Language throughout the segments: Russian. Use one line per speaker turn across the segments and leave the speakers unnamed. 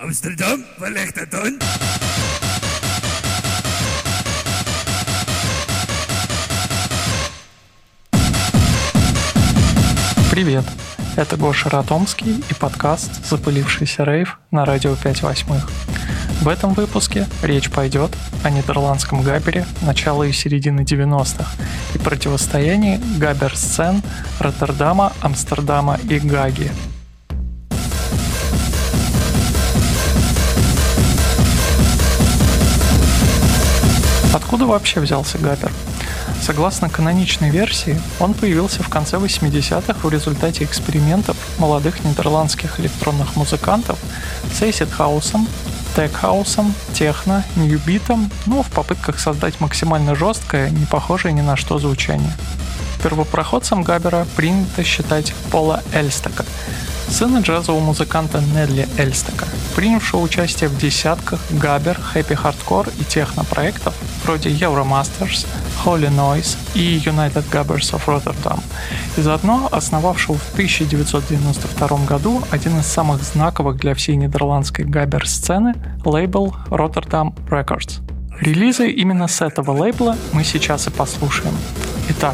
Amsterdam, waar ligt dat dan?
Привет, это Гоша Ратомский и подкаст «Запылившийся рейв» на радио 5/8. В этом выпуске речь пойдет о нидерландском габере начала и середины 90-х и противостоянии габер-сцен Роттердама, Амстердама и Гааги. Откуда вообще взялся габер? Согласно каноничной версии, он появился в конце 80-х в результате экспериментов молодых нидерландских электронных музыкантов с эйсид-хаусом, тег-хаусом, техно, нью-битом, в попытках создать максимально жесткое, не похожее ни на что звучание. Первопроходцем габера принято считать Пола Эльстека, сына джазового музыканта Нелли Эльстека, принявшего участие в десятках габер, хэппи-хардкор и техно-проектов вроде Euromasters, Holy Noise и United Gabbers of Rotterdam, и заодно основавшего в 1992 году один из самых знаковых для всей нидерландской габер-сцены лейбл Rotterdam Records. Релизы именно с этого лейбла мы сейчас и послушаем. Итак,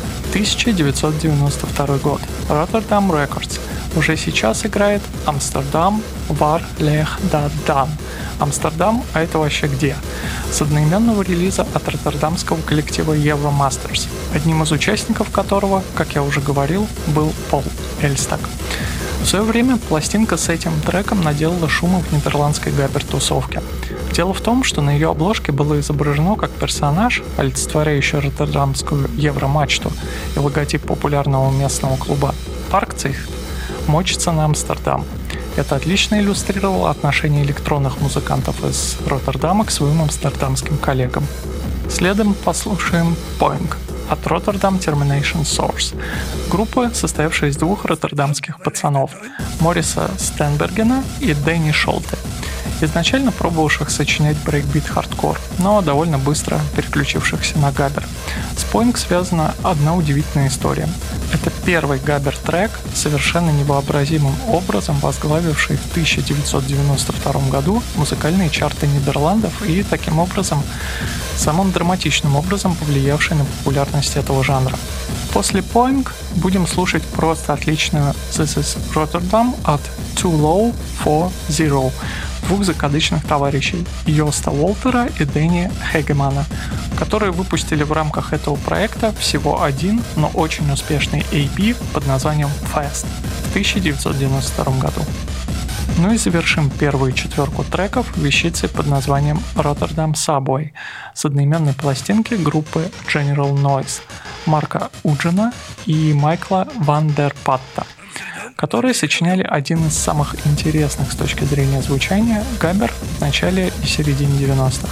1992 год. Rotterdam Records. Уже сейчас играет Амстердам, Вар, Лех, Да, Дан. Амстердам, а это вообще где? С одноименного релиза от роттердамского коллектива Euromasters, одним из участников которого, как я уже говорил, был Пол Эльстек. В свое время пластинка с этим треком наделала шума в нидерландской габер-тусовке. Дело в том, что на ее обложке было изображено как персонаж, олицетворяющий роттердамскую Евромачту и логотип популярного местного клуба Паркцейхт, мочится на Амстердам. Это отлично иллюстрировало отношение электронных музыкантов из Роттердама к своим амстердамским коллегам. Следом послушаем Poing от Rotterdam Termination Source, группы, состоявшей из двух роттердамских пацанов – Мориса Стенбергена и Дэнни Шолте, изначально пробовавших сочинять брейкбит-хардкор, но довольно быстро переключившихся на габер. С Poing связана одна удивительная история. Это первый габер-трек, совершенно невообразимым образом возглавивший в 1992 году музыкальные чарты Нидерландов и, таким образом, самым драматичным образом повлиявший на популярность этого жанра. После Poing будем слушать просто отличную This is Rotterdam от Too Low for Zero двух закадычных товарищей Йоста Волтера и Дэнни Хегемана, которые выпустили в рамках этого проекта всего один, но очень успешный EP под названием Fast в 1992 году. Ну и завершим первую четверку треков вещицей под названием Rotterdam Subway с одноименной пластинки группы General Noise Марка Уджена и Майкла Ван дер Патта, которые сочиняли один из самых интересных с точки зрения звучания габер в начале и середине 90-х.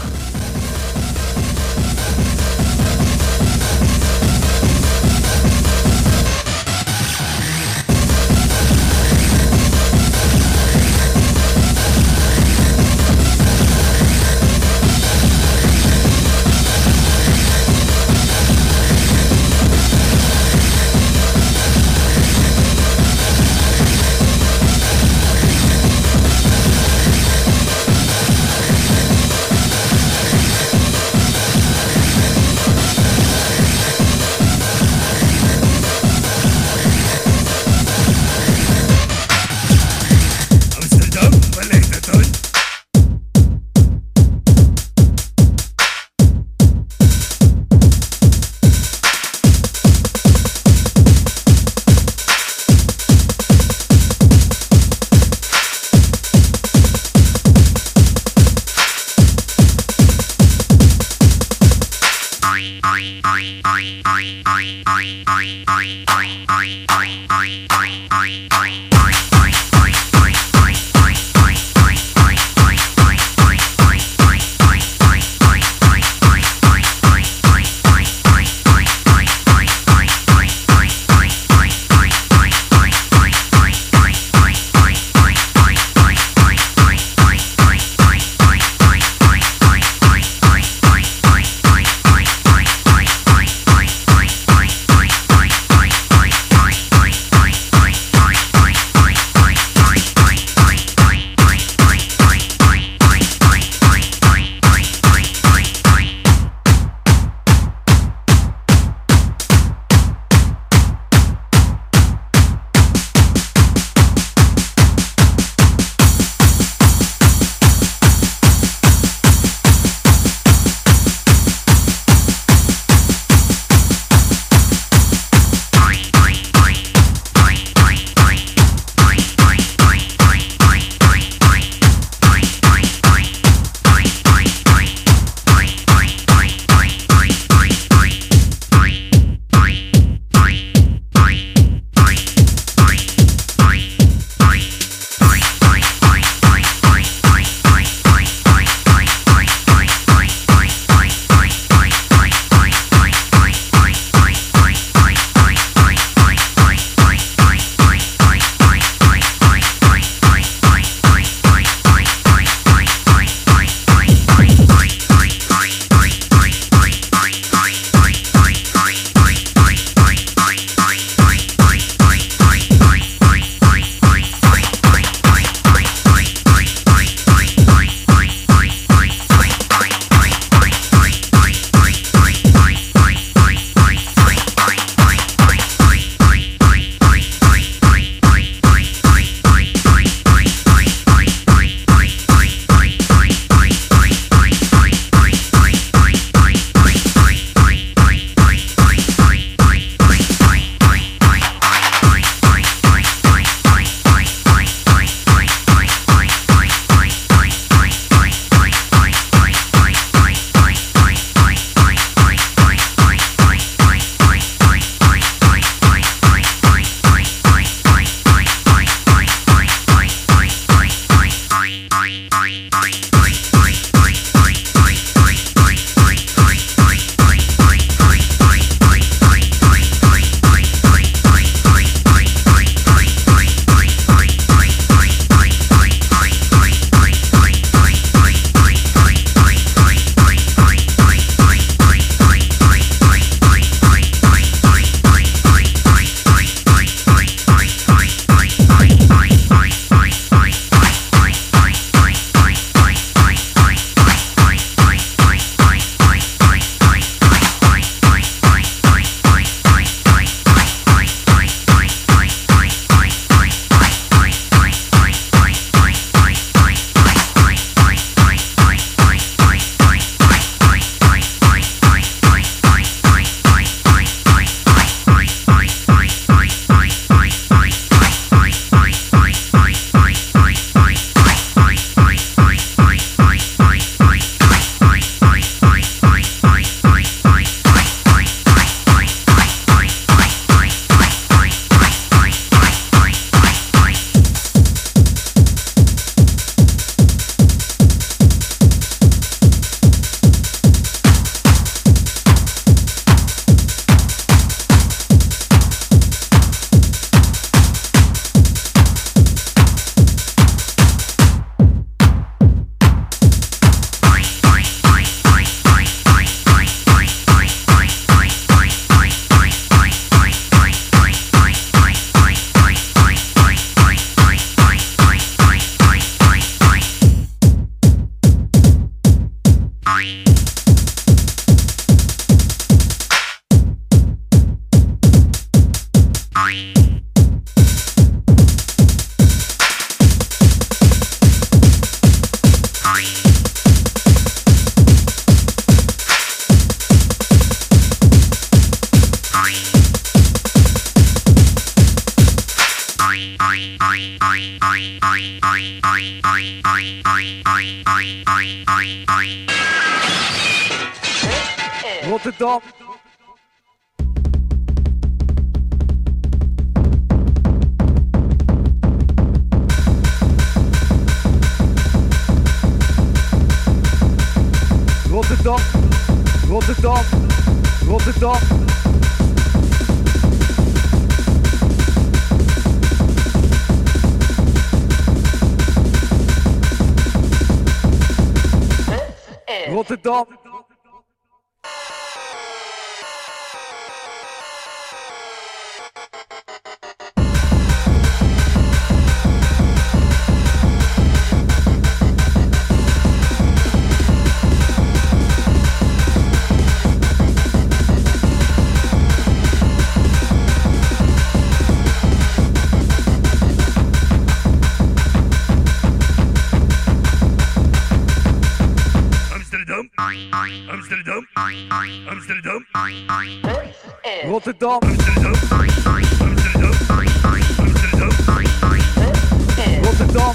Rotterdam. Rotterdam. Rotterdam. Rotterdam. Rotterdam.
Amsterdam. Amsterdam.
Rotterdam.
Amsterdam. Amsterdam. Amsterdam.
Rotterdam.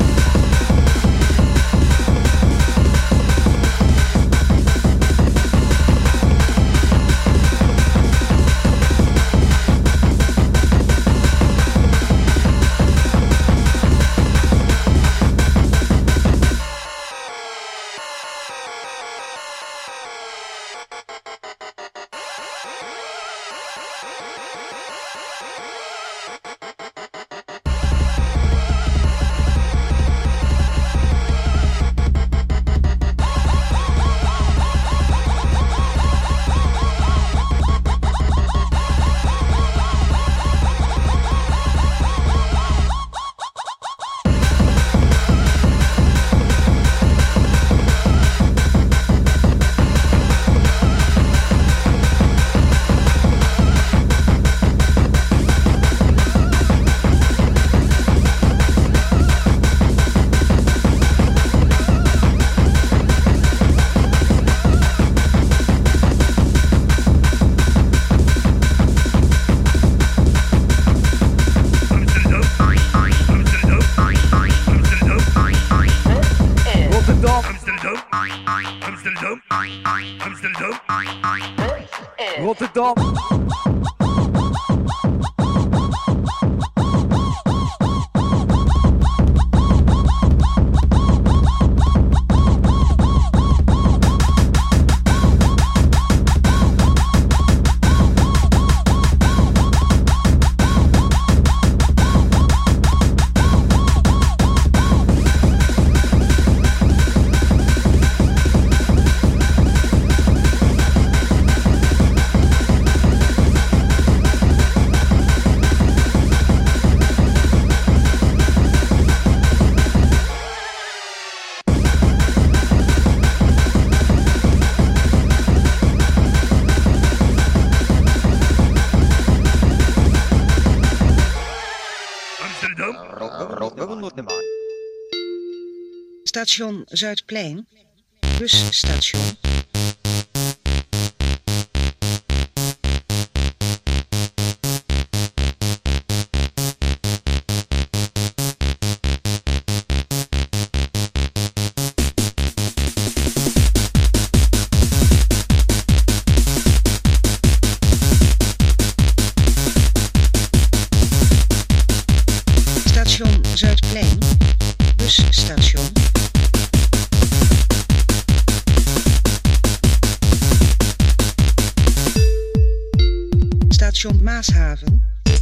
Amsterdam. Amsterdam.
Rotterdam.
Station Zuidplein, busstation. Station Zuidplein, busstation. Station Maashaven.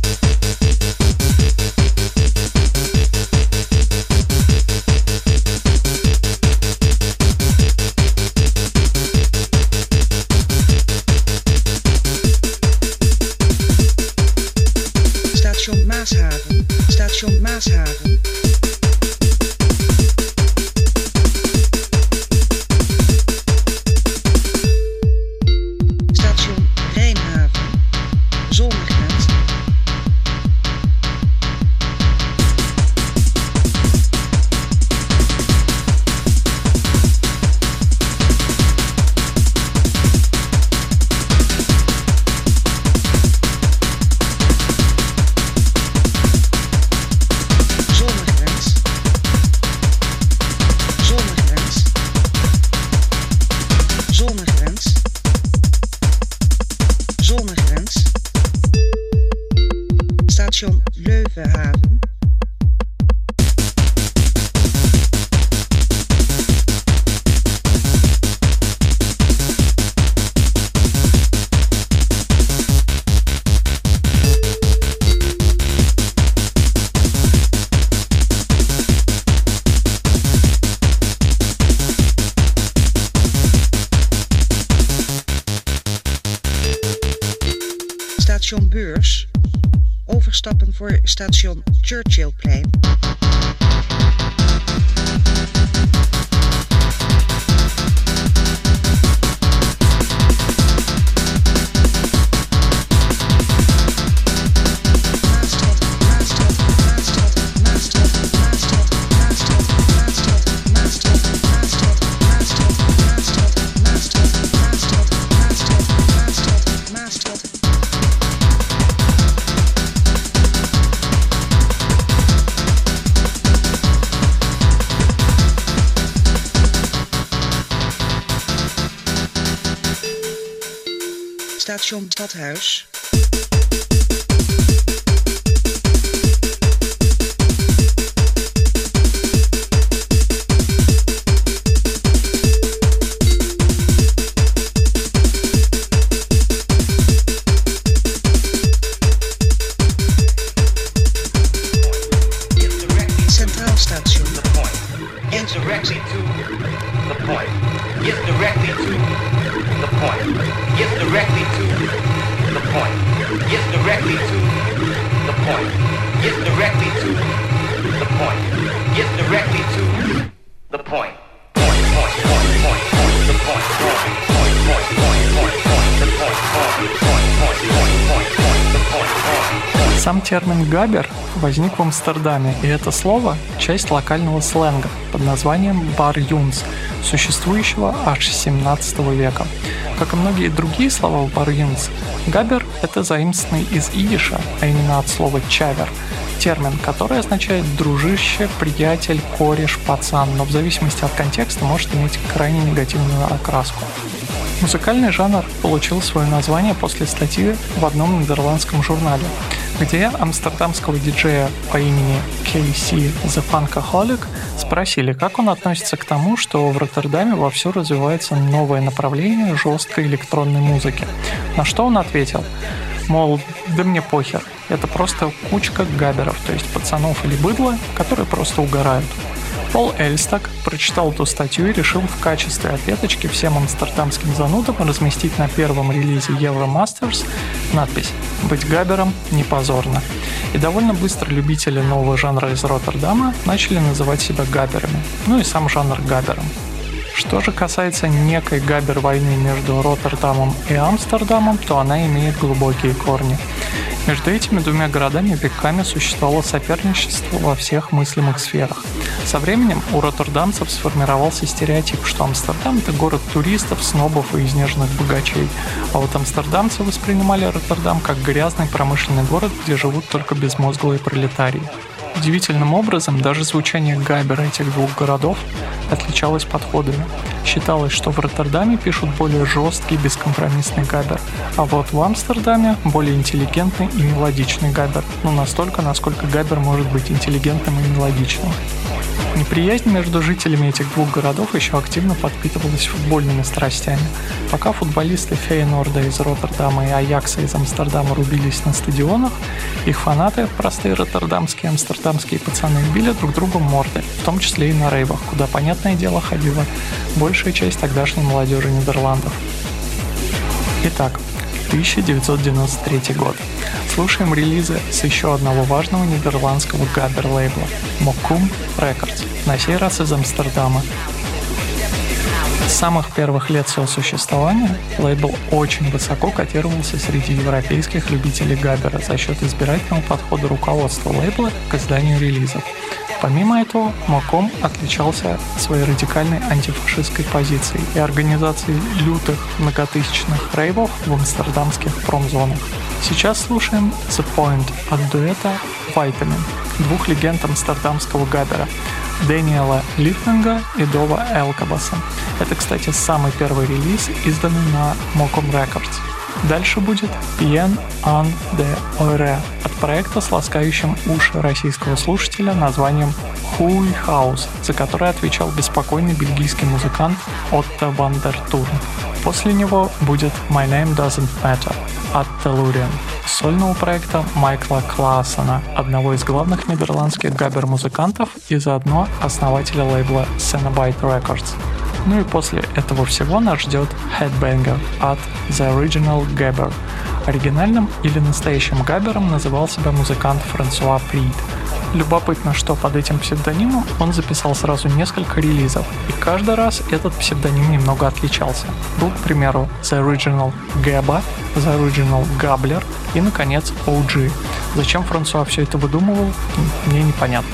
Station Maashaven. Station Maashaven. Station Rijnhaven. Zonnegrens. Station Leuvenhaven. Station Beurs. Overstappen voor station Churchillplein. Station Stadhuis. Centraal Station.
Get directly to the point. Get directly to the point. Get directly to the point. Get directly to the point. Get directly to the point. Get directly to the point. Point, point, point, point, point, the point, point, point, point, point, point, point, the point, point, point, point, point, point, point, the point, point.
Сам термин «габер» возник в Амстердаме, и это слово – часть локального сленга под названием «бар-юнс», существующего аж с 17 века. Как и многие другие слова в бар-юнс, «габер» – это заимствованный из идиша, а именно от слова «чавер», термин, который означает «дружище», «приятель», «кореш», «пацан», но в зависимости от контекста может иметь крайне негативную окраску. Музыкальный жанр получил свое название после статьи в одном нидерландском журнале, где амстердамского диджея по имени KC The Funkaholic спросили, как он относится к тому, что в Роттердаме вовсю развивается новое направление жесткой электронной музыки. На что он ответил, мол, да мне похер, это просто кучка габеров, то есть пацанов или быдла, которые просто угорают. Пол Эльстак прочитал эту статью и решил в качестве ответочки всем амстердамским занудам разместить на первом релизе Euromasters надпись «Быть габером не позорно». И довольно быстро любители нового жанра из Роттердама начали называть себя габерами, ну и сам жанр габером. Что же касается некой габер-войны между Роттердамом и Амстердамом, то она имеет глубокие корни. Между этими двумя городами веками существовало соперничество во всех мыслимых сферах. Со временем у роттердамцев сформировался стереотип, что Амстердам – это город туристов, снобов и изнеженных богачей, а вот амстердамцы воспринимали Роттердам как грязный промышленный город, где живут только безмозглые пролетарии. Удивительным образом даже звучание габера этих двух городов отличалось подходами. Считалось, что в Роттердаме пишут более жесткий, бескомпромиссный габер, а вот в Амстердаме более интеллигентный и мелодичный габер. Ну, настолько, насколько габер может быть интеллигентным и мелодичным. Неприязнь между жителями этих двух городов еще активно подпитывалась футбольными страстями. Пока футболисты Фейенорда из Роттердама и Аякса из Амстердама рубились на стадионах, их фанаты, простые роттердамские и амстердамские пацаны, били друг другу морды, в том числе и на рейвах, куда, понятное дело, ходила большая часть тогдашней молодежи Нидерландов. Итак, 1993 год. Слушаем релизы с еще одного важного нидерландского габер-лейбла Mokum Records, на сей раз из Амстердама. С самых первых лет своего существования лейбл очень высоко котировался среди европейских любителей габера за счет избирательного подхода руководства лейбла к изданию релизов. Помимо этого, Mokum отличался своей радикальной антифашистской позицией и организацией лютых многотысячных рейвов в амстердамских промзонах. Сейчас слушаем The Point от дуэта Vitamin, двух легенд амстердамского габера – Дэниела Лифтинга и Дова Элкабаса. Это, кстати, самый первый релиз, изданный на Mokum Records. Дальше будет Pien an de Eure от проекта с ласкающим уши российского слушателя названием Hull House, за который отвечал беспокойный бельгийский музыкант Отто ван дер Турн. После него будет My Name Doesn't Matter от Tellurian, сольного проекта Майкла Классена, одного из главных нидерландских габбер-музыкантов и заодно основателя лейбла Cenobite Records. Ну и после этого всего нас ждет Headbanger от The Original Gabber. Оригинальным или настоящим габбером называл себя музыкант Франсуа Прид. Любопытно, что под этим псевдонимом он записал сразу несколько релизов, и каждый раз этот псевдоним немного отличался. Был, к примеру, The Original Gabba, The Original Gabbler и, наконец, OG. Зачем Франсуа все это выдумывал, мне непонятно.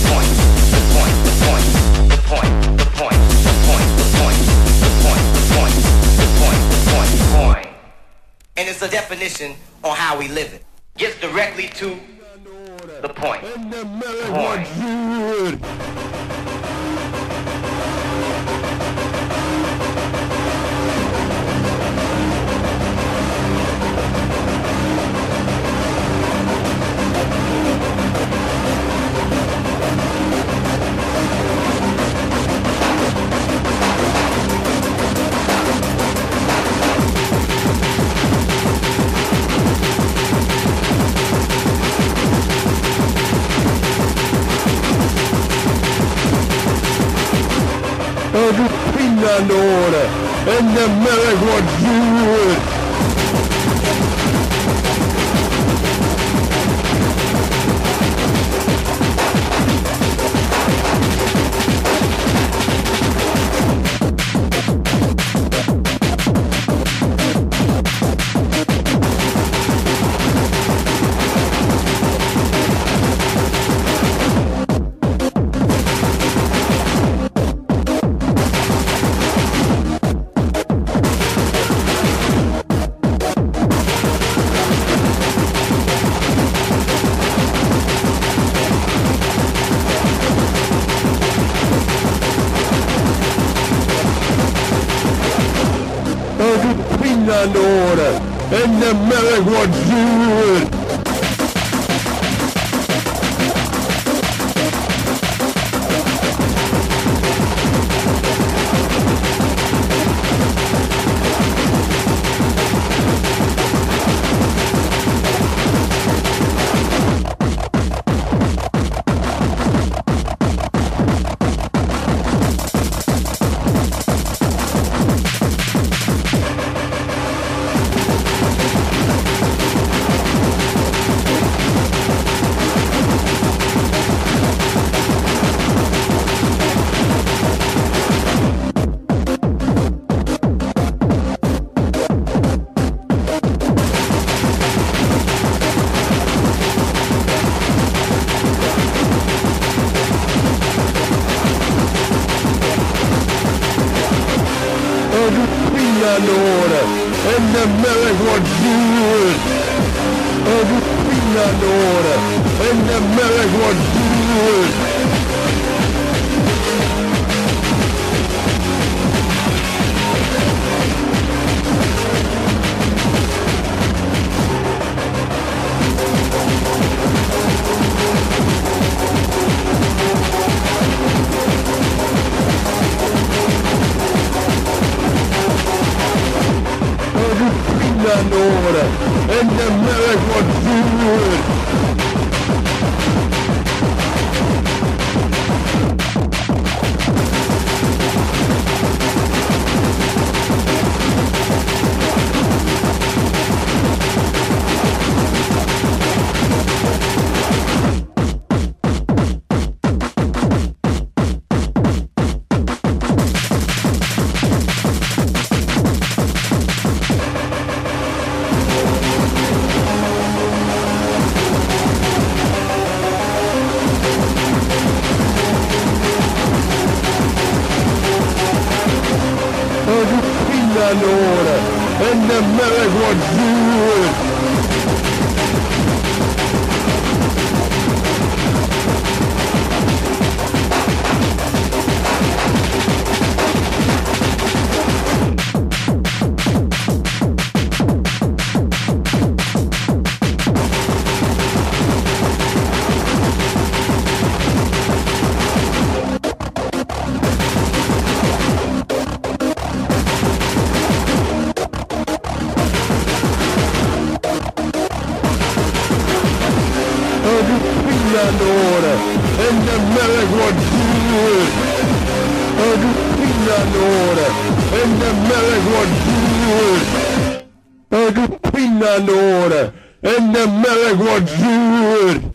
point. It's a definition on how we live it. Gets directly to the point.
Lord, and the American Jew. Lord, and the American Jew. Lord, and the American Jews. Lord, and the American Jews. Lord, and the American Jews. Lord, and the American Jews. Lord, and the American Jews. Lord, and the American Jews. Lord, and the American Jews.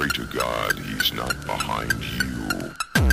Pray to God he's not behind you.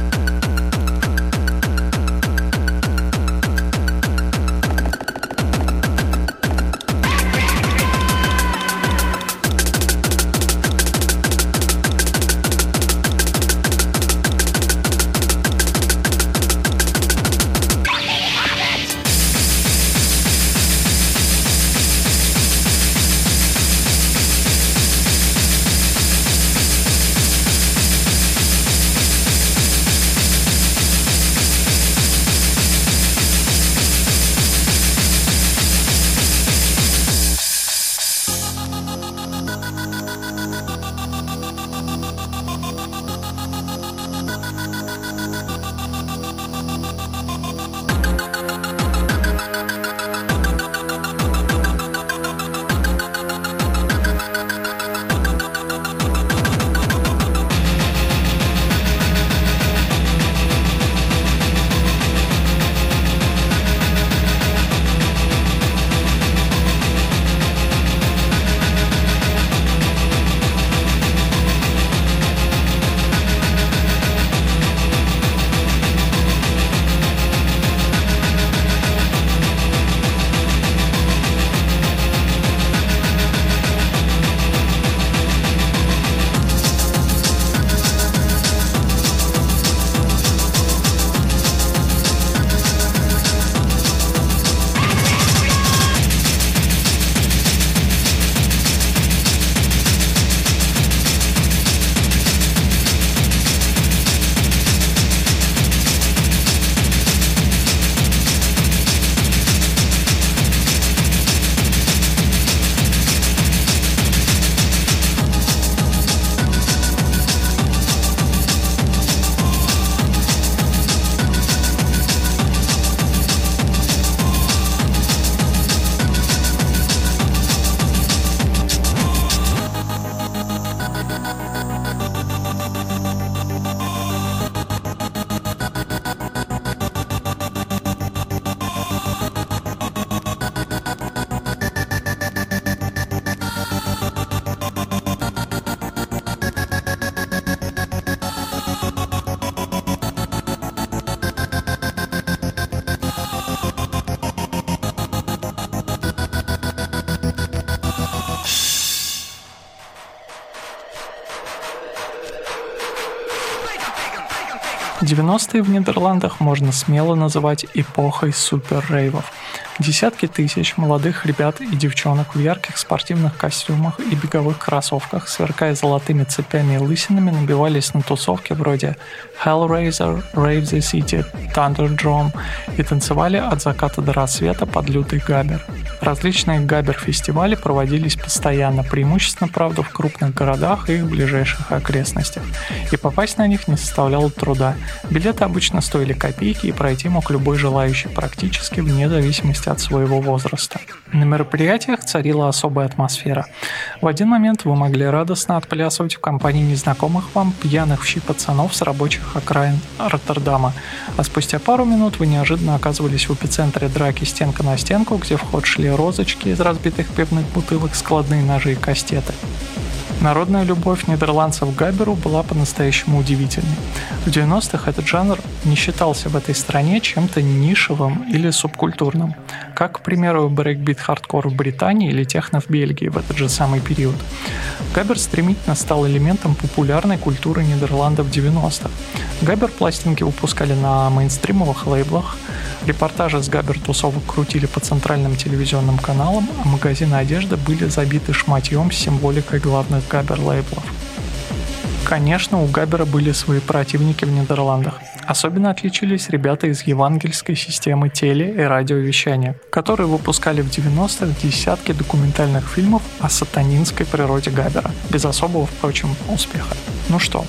Девяностые в Нидерландах можно смело называть эпохой супер-рейвов. Десятки тысяч молодых ребят и девчонок в ярких спортивных костюмах и беговых кроссовках, сверкая золотыми цепями и лысинами, набивались на тусовки вроде Hellraiser, Rave the City, Thunderdome и танцевали от заката до рассвета под лютый габер. Различные габер-фестивали проводились постоянно, преимущественно, правда, в крупных городах и их ближайших окрестностях. И попасть на них не составляло труда. Билеты обычно стоили копейки, и пройти мог любой желающий, практически вне зависимости от своего возраста. На мероприятиях царила особая атмосфера. В один момент вы могли радостно отплясывать в компании незнакомых вам пьяных в щи пацанов с рабочих окраин Роттердама, а спустя пару минут вы неожиданно оказывались в эпицентре драки стенка на стенку, где в ход шли розочки из разбитых пивных бутылок, складные ножи и кастеты. Народная любовь нидерландцев к габеру была по-настоящему удивительной. В 90-х этот жанр не считался в этой стране чем-то нишевым или субкультурным, как, к примеру, брейкбит-хардкор в Британии или техно в Бельгии в этот же самый период. Габер стремительно стал элементом популярной культуры Нидерландов 90-х. Габер-пластинки выпускали на мейнстримовых лейблах, репортажи с габер-тусовок крутили по центральным телевизионным каналам, а магазины одежды были забиты шматьем с символикой главных габер-лейблов. Конечно, у габера были свои противники в Нидерландах. Особенно отличились ребята из евангельской системы теле- и радиовещания, которые выпускали в 90-х десятки документальных фильмов о сатанинской природе габера, без особого, впрочем, успеха. Ну что,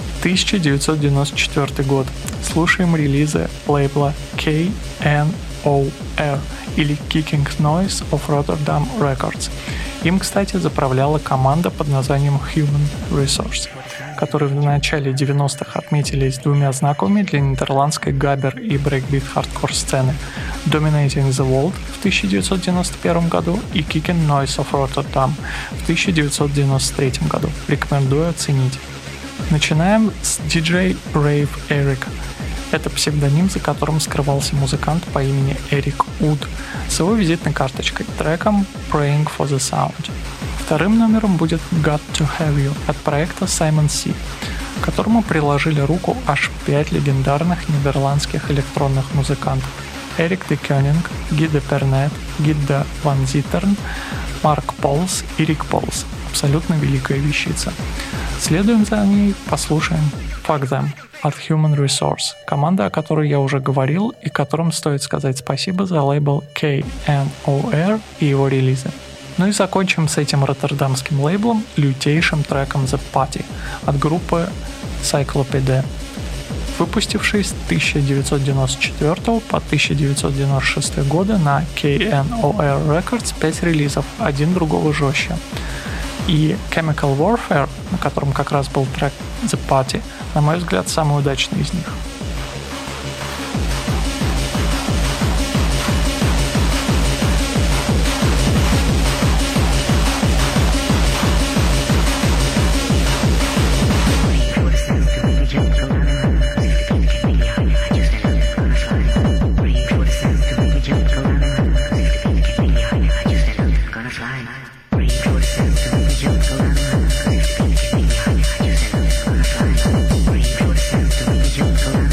1994 год. Слушаем релизы лейбла KNOR или Kicking Noise of Rotterdam Records. Им, кстати, заправляла команда под названием Human Resource. которые в начале 90-х отметились двумя знаковыми для нидерландской габер и брейкбит хардкор сцены Dominating the World в 1991 году и Kicking Noise of Rotterdam в 1993 году. Рекомендую оценить. Начинаем с DJ Rave Eric. Это псевдоним, за которым скрывался музыкант по имени Эрик Уд с его визитной карточкой, треком Praying for the Sound. Вторым номером будет Got to Have You от проекта Simon C, к которому приложили руку аж 5 легендарных нидерландских электронных музыкантов: Эрик де Кёнинг, Гиде Пернет, Гиде Ван Зиттерн, Марк Полс и Рик Полс. Абсолютно великая вещица. Следуем за ней, послушаем Fuck Them от Human Resource, команда, о которой я уже говорил и которым стоит сказать спасибо за лейбл KNOR и его релизы. Ну и закончим с этим роттердамским лейблом лютейшим треком The Party от группы Cyclopedia, выпустившей с 1994 по 1996 годы на KNOR Records 5 релизов, один другого жестче. И Chemical Warfare, на котором как раз был трек The Party, на мой взгляд, самый удачный из них.
Jump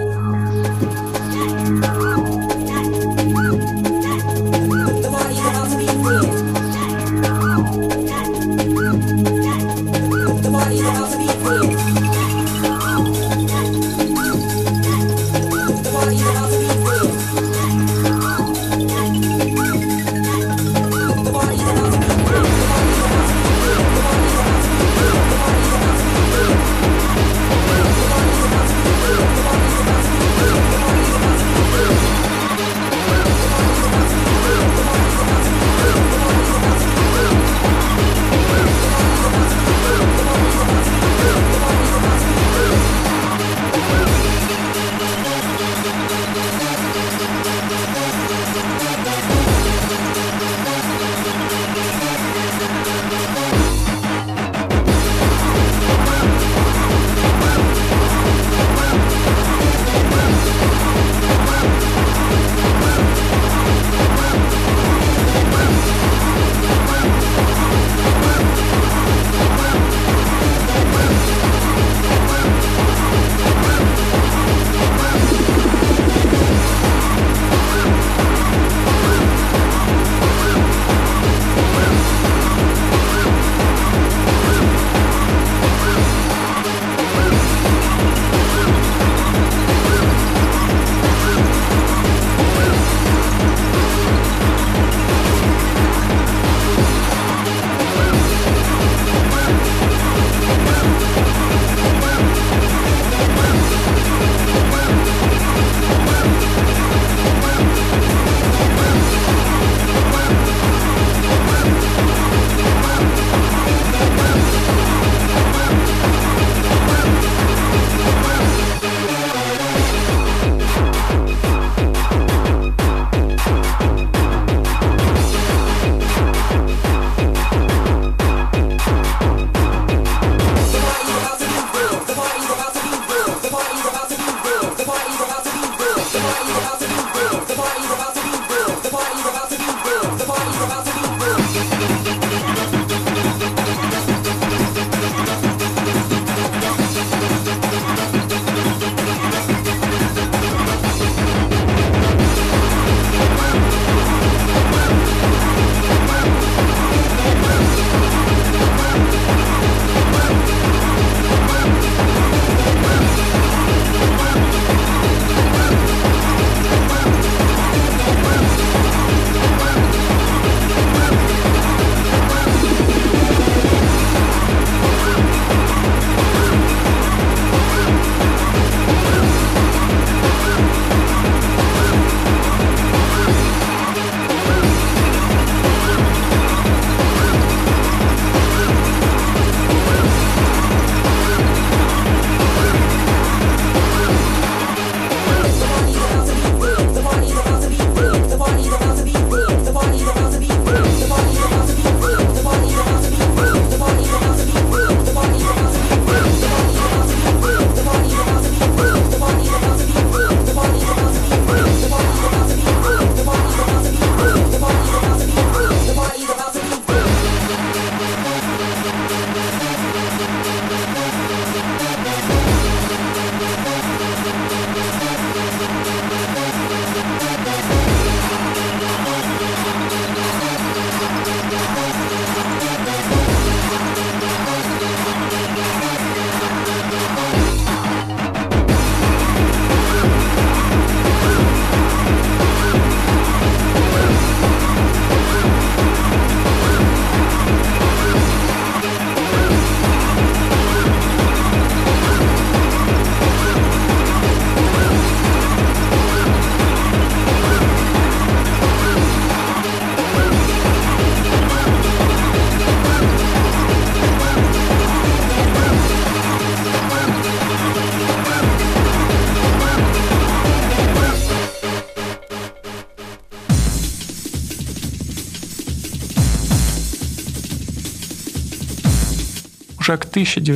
Уже к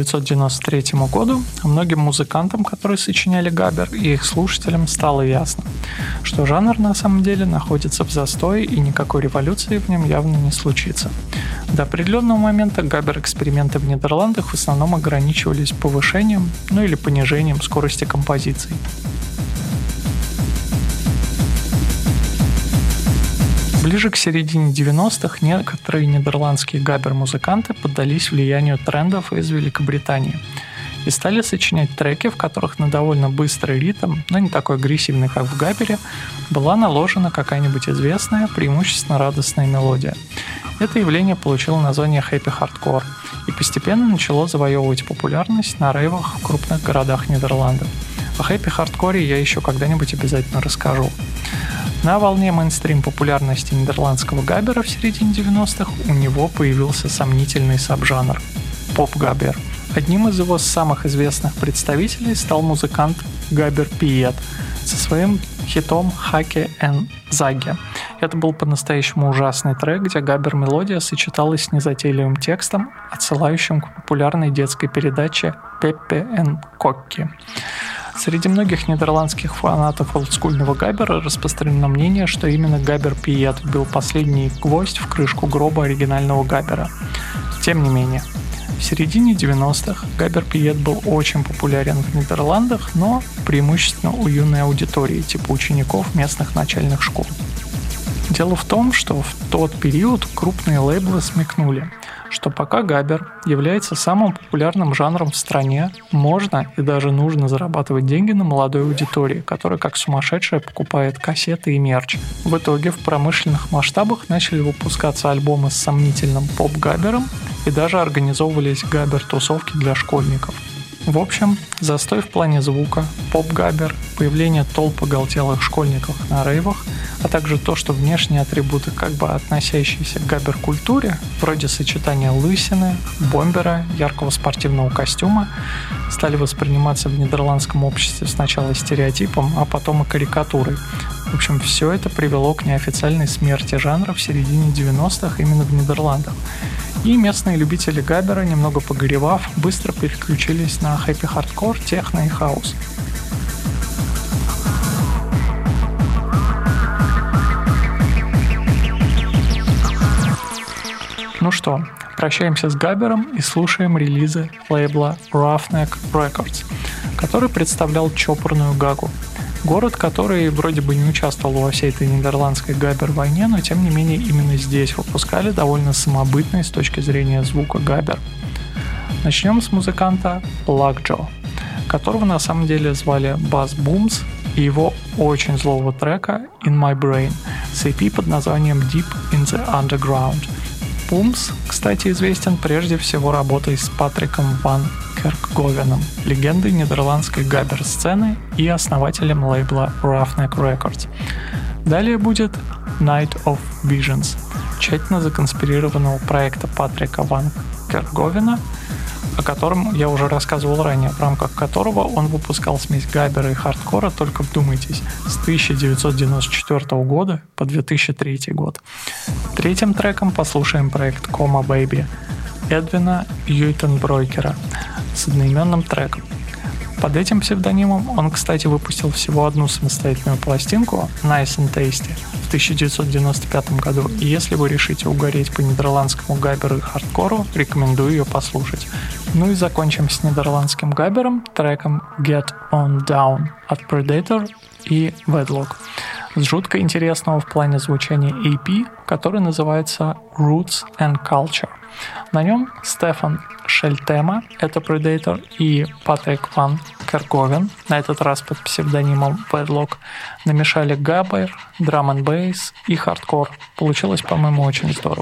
1993 году многим музыкантам, которые сочиняли габер, и их слушателям стало ясно, что жанр на самом деле находится в застое и никакой революции в нем явно не случится. До определенного момента габер-эксперименты в Нидерландах в основном ограничивались повышением, или понижением скорости композиций. Ближе к середине 90-х некоторые нидерландские габбер-музыканты поддались влиянию трендов из Великобритании и стали сочинять треки, в которых на довольно быстрый ритм, но не такой агрессивный, как в габбере, была наложена какая-нибудь известная, преимущественно радостная мелодия. Это явление получило название хэппи-хардкор и постепенно начало завоевывать популярность на рейвах в крупных городах Нидерландов. О хэппи-хардкоре я еще когда-нибудь обязательно расскажу. На волне мейнстрим популярности нидерландского габбера в середине 90-х у него появился сомнительный сабжанр – поп-габбер. Одним из его самых известных представителей стал музыкант Габер Пиет со своим хитом «Хаке эн Заге». Это был по-настоящему ужасный трек, где габбер-мелодия сочеталась с незатейливым текстом, отсылающим к популярной детской передаче «Пеппе эн Кокки». Среди многих нидерландских фанатов олдскульного габбера распространено мнение, что именно Габер Пиет вбил последний гвоздь в крышку гроба оригинального габбера. Тем не менее, в середине 90-х Габер Пиет был очень популярен в Нидерландах, но преимущественно у юной аудитории, типа учеников местных начальных школ. Дело в том, что в тот период крупные лейблы смекнули, что пока габбер является самым популярным жанром в стране, можно и даже нужно зарабатывать деньги на молодой аудитории, которая как сумасшедшая покупает кассеты и мерч. В итоге в промышленных масштабах начали выпускаться альбомы с сомнительным поп-габбером и даже организовывались габбер-тусовки для школьников. В общем, застой в плане звука, поп-габбер, появление толп оголтелых школьников на рейвах, а также то, что внешние атрибуты, как бы относящиеся к габбер-культуре, вроде сочетания лысины, бомбера, яркого спортивного костюма, стали восприниматься в нидерландском обществе сначала стереотипом, а потом и карикатурой. В общем, все это привело к неофициальной смерти жанра в середине 90-х именно в Нидерландах. И местные любители габбера, немного погоревав, быстро переключились на хэппи-хардкор, техно и хаус. Ну что, прощаемся с габбером и слушаем релизы лейбла Roughneck Records, который представлял чопорную Гагу. Город, который вроде бы не участвовал во всей этой нидерландской габбер-войне, но тем не менее именно здесь выпускали довольно самобытный с точки зрения звука габбер. Начнем с музыканта Lockjaw, которого на самом деле звали Buzz Booms, и его очень злого трека In My Brain с EP под названием Deep in the Underground. Booms, кстати, известен прежде всего работой с Патриком Ван Керкговеном, легендой нидерландской габбер-сцены и основателем лейбла Roughneck Records. Далее будет Night of Visions, тщательно законспирированного проекта Патрика Ван Керкговена, о котором я уже рассказывал ранее, в рамках которого он выпускал смесь габбера и хардкора, только вдумайтесь, с 1994 года по 2003 год. Третьим треком послушаем проект Coma Baby Эдвина Юйтенбройкера с одноименным треком. Под этим псевдонимом он, кстати, выпустил всего одну самостоятельную пластинку Nice and Tasty в 1995 году, и если вы решите угореть по нидерландскому габберу и хардкору, рекомендую ее послушать. Ну и закончим с нидерландским габбером треком Get On Down от Predator и Wedlock с жутко интересного в плане звучания EP, который называется Roots and Culture. На нем Стефан Шельтема, это Predator, и Патрик Ван Керкговен, на этот раз под псевдонимом Wedlock, намешали габбер, драм н бейс и хардкор. Получилось, по-моему, очень здорово.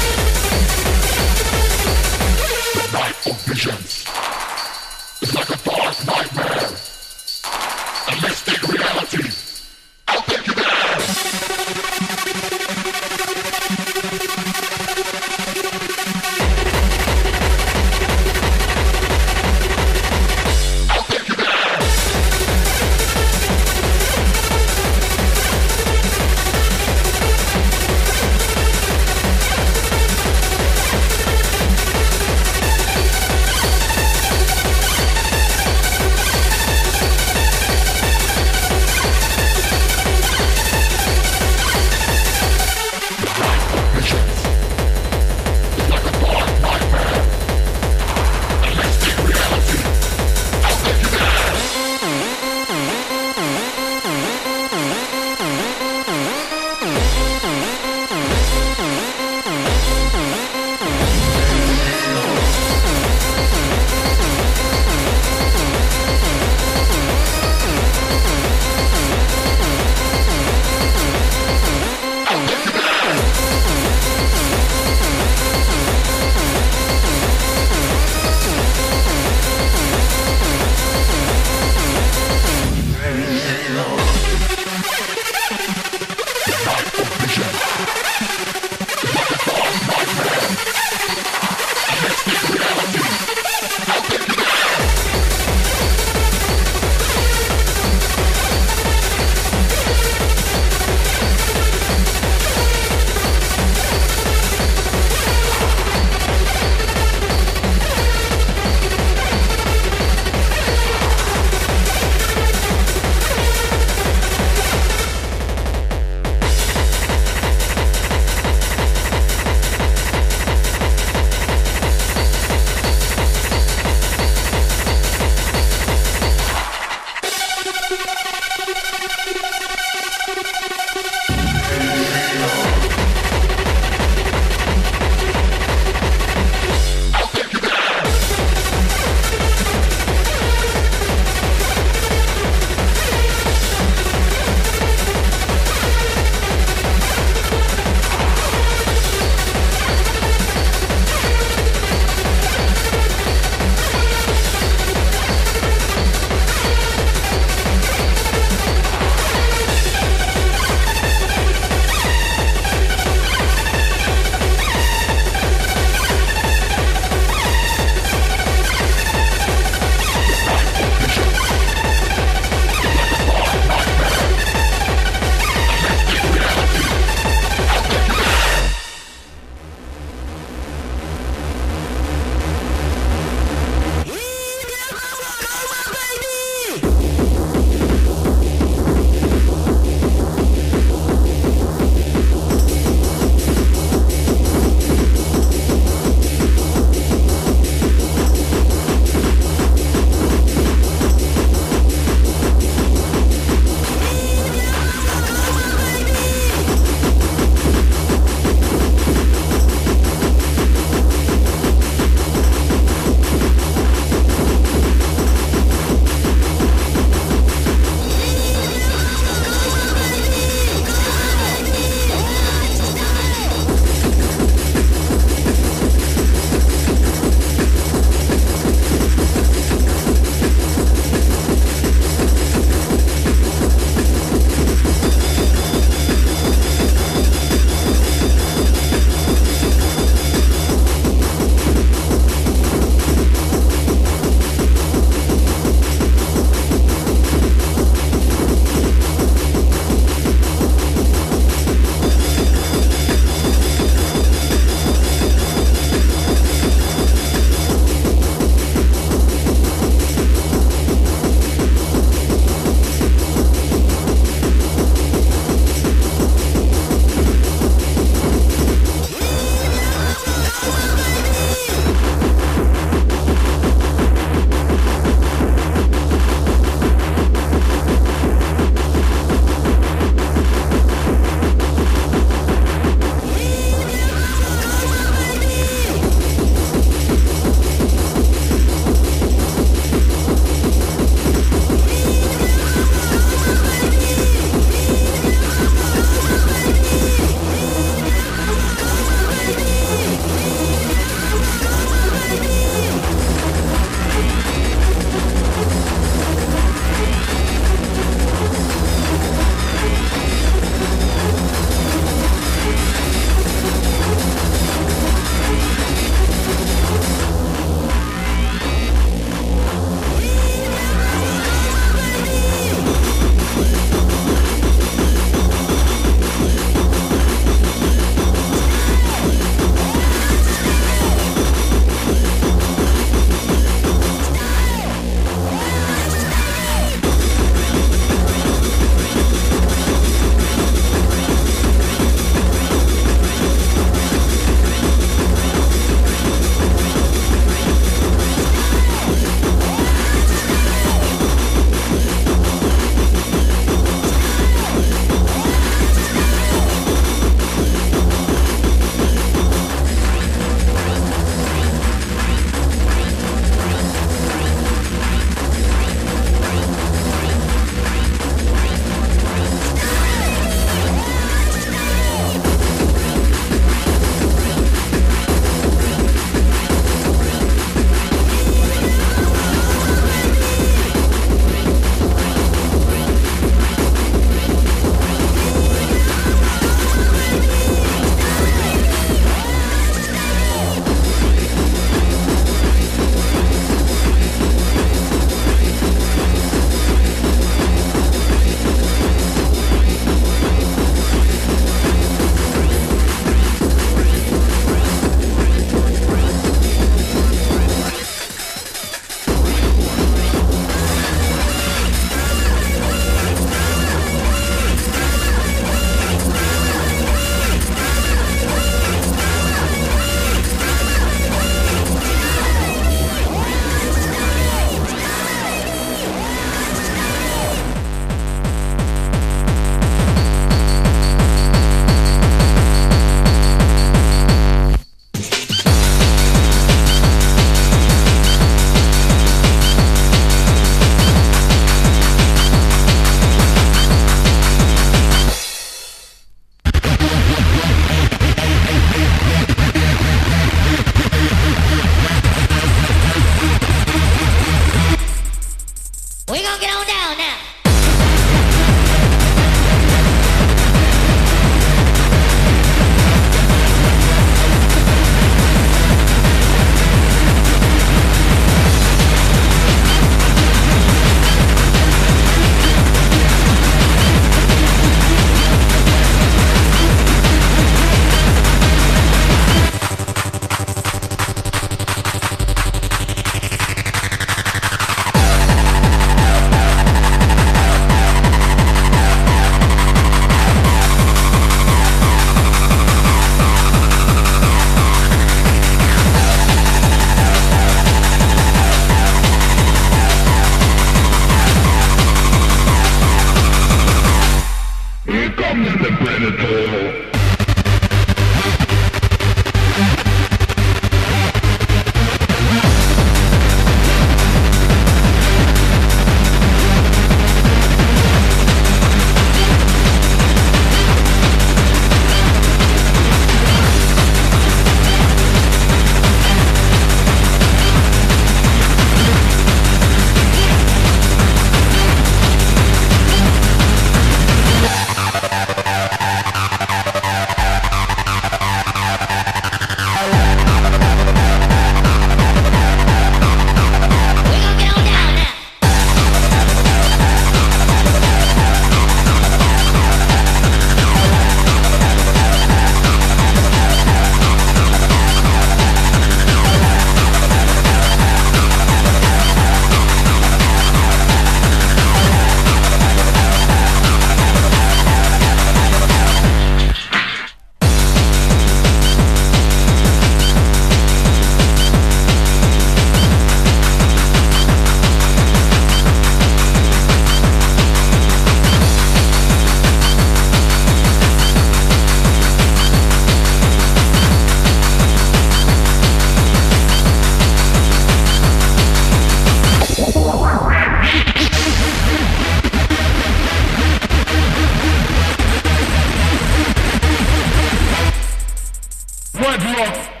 dreadlocks.